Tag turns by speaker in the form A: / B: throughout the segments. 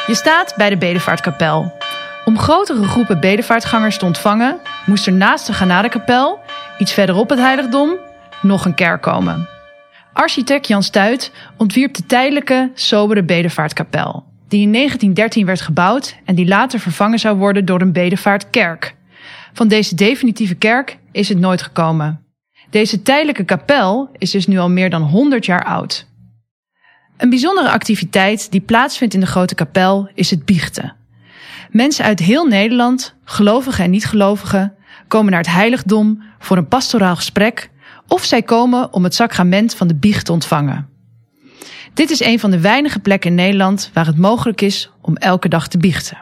A: Je staat bij de Bedevaartkapel. Om grotere groepen bedevaartgangers te ontvangen, moest er naast de Genadekapel, iets verderop het heiligdom, nog een kerk komen. Architect Jan Stuyt ontwierp de tijdelijke, sobere Bedevaartkapel, die in 1913 werd gebouwd en die later vervangen zou worden door een bedevaartkerk. Van deze definitieve kerk is het nooit gekomen. Deze tijdelijke kapel is dus nu al meer dan 100 jaar oud. Een bijzondere activiteit die plaatsvindt in de Grote Kapel is het biechten. Mensen uit heel Nederland, gelovigen en niet-gelovigen, komen naar het heiligdom voor een pastoraal gesprek of zij komen om het sacrament van de biecht te ontvangen. Dit is een van de weinige plekken in Nederland waar het mogelijk is om elke dag te biechten.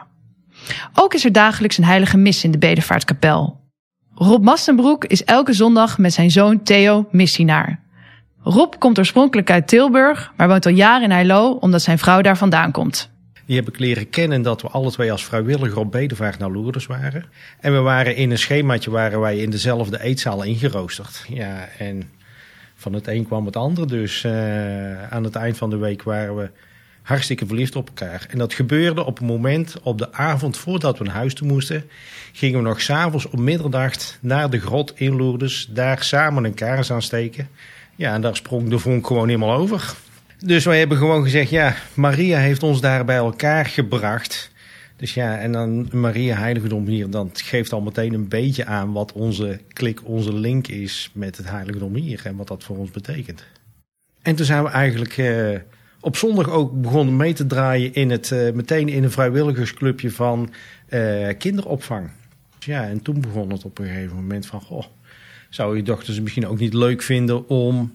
A: Ook is er dagelijks een heilige mis in de Bedevaartkapel. Rob Mastenbroek is elke zondag met zijn zoon Theo missienaar. Rob komt oorspronkelijk uit Tilburg, maar woont al jaren in Heilo omdat zijn vrouw daar vandaan komt.
B: Die heb ik leren kennen dat we alle twee als vrijwilliger op bedevaart naar Lourdes waren. En we waren in een schemaatje waren wij in dezelfde eetzaal ingeroosterd. Ja, en van het een kwam het ander. Dus aan het eind van de week waren we hartstikke verliefd op elkaar. En dat gebeurde op het moment, op de avond voordat we naar huis toe moesten, gingen we nog 's avonds om middernacht naar de grot in Lourdes, daar samen een kaars aansteken. Ja, en daar sprong de vonk gewoon helemaal over. Dus wij hebben gewoon gezegd, ja, Maria heeft ons daar bij elkaar gebracht. Dus ja, en dan Maria heiligdom hier, dat geeft al meteen een beetje aan wat onze klik, onze link is met het heiligdom hier en wat dat voor ons betekent. En toen zijn we eigenlijk op zondag ook begonnen mee te draaien in meteen in een vrijwilligersclubje van kinderopvang. Dus ja, en toen begon het op een gegeven moment van, goh, zou je dochters misschien ook niet leuk vinden om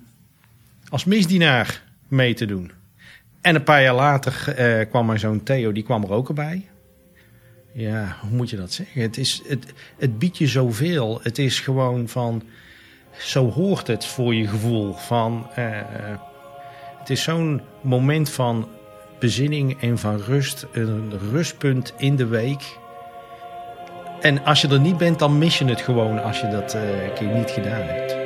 B: als misdienaar mee te doen. En een paar jaar later kwam mijn zoon Theo, die kwam er ook bij. Ja, hoe moet je dat zeggen? Het biedt je zoveel. Het is gewoon van, zo hoort het voor je gevoel. Van, het is zo'n moment van bezinning en van rust. Een rustpunt in de week. En als je er niet bent, dan mis je het gewoon als je dat een keer niet gedaan hebt.